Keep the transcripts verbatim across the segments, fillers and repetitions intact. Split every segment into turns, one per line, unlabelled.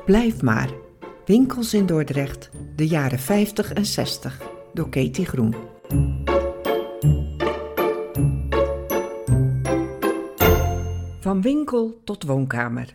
Blijf maar. Winkels in Dordrecht, de jaren vijftig en zestig, door Katie Groen. Van winkel tot woonkamer.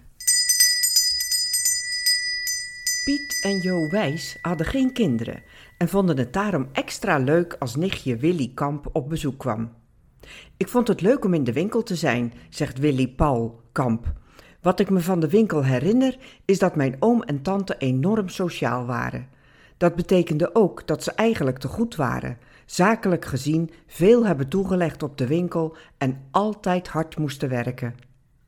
Piet en Jo Wijs hadden geen kinderen en vonden het daarom extra leuk als nichtje Willy Kamp op bezoek kwam. Ik vond het leuk om in de winkel te zijn, zegt Willy Paul Kamp. Wat ik me van de winkel herinner, is dat mijn oom en tante enorm sociaal waren. Dat betekende ook dat ze eigenlijk te goed waren, zakelijk gezien veel hebben toegelegd op de winkel en altijd hard moesten werken.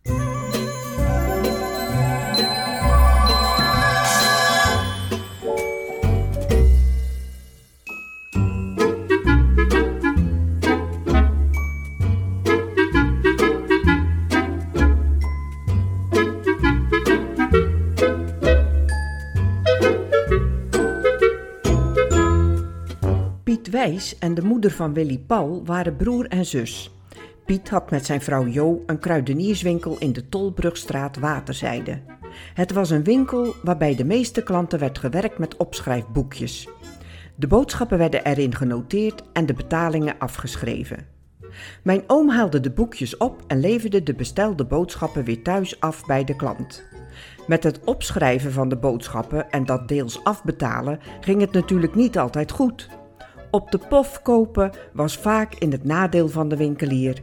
Piet Wijs en de moeder van Willy Paul waren broer en zus. Piet had met zijn vrouw Jo een kruidenierswinkel in de Tolbrugstraat Waterzijde. Het was een winkel waarbij de meeste klanten werd gewerkt met opschrijfboekjes. De boodschappen werden erin genoteerd en de betalingen afgeschreven. Mijn oom haalde de boekjes op en leverde de bestelde boodschappen weer thuis af bij de klant. Met het opschrijven van de boodschappen en dat deels afbetalen ging het natuurlijk niet altijd goed. Op de pof kopen was vaak in het nadeel van de winkelier.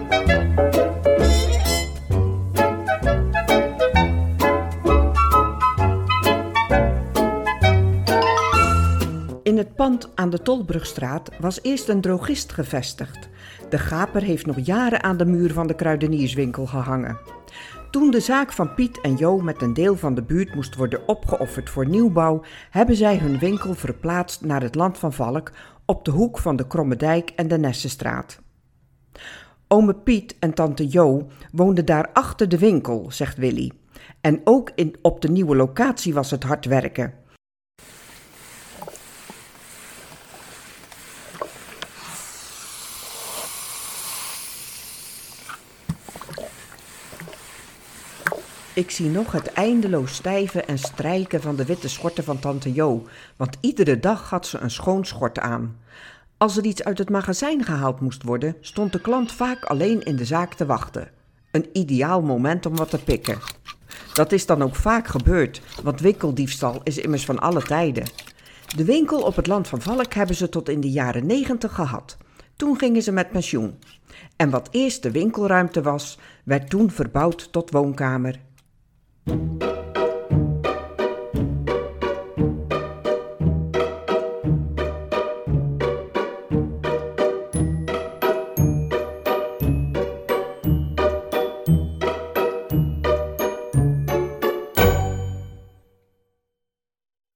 In het pand aan de Tolbrugstraat was eerst een drogist gevestigd. De gaper heeft nog jaren aan de muur van de kruidenierswinkel gehangen. Toen de zaak van Piet en Jo met een deel van de buurt moest worden opgeofferd voor nieuwbouw, hebben zij hun winkel verplaatst naar het Land van Valk op de hoek van de Kromme Dijk en de Nessenstraat. Ome Piet en tante Jo woonden daar achter de winkel, zegt Willy. En ook in, op de nieuwe locatie was het hard werken. Ik zie nog het eindeloos stijven en strijken van de witte schorten van tante Jo, want iedere dag had ze een schoon schort aan. Als er iets uit het magazijn gehaald moest worden, stond de klant vaak alleen in de zaak te wachten. Een ideaal moment om wat te pikken. Dat is dan ook vaak gebeurd, want winkeldiefstal is immers van alle tijden. De winkel op het Land van Valk hebben ze tot in de jaren negentig gehad. Toen gingen ze met pensioen. En wat eerst de winkelruimte was, werd toen verbouwd tot woonkamer.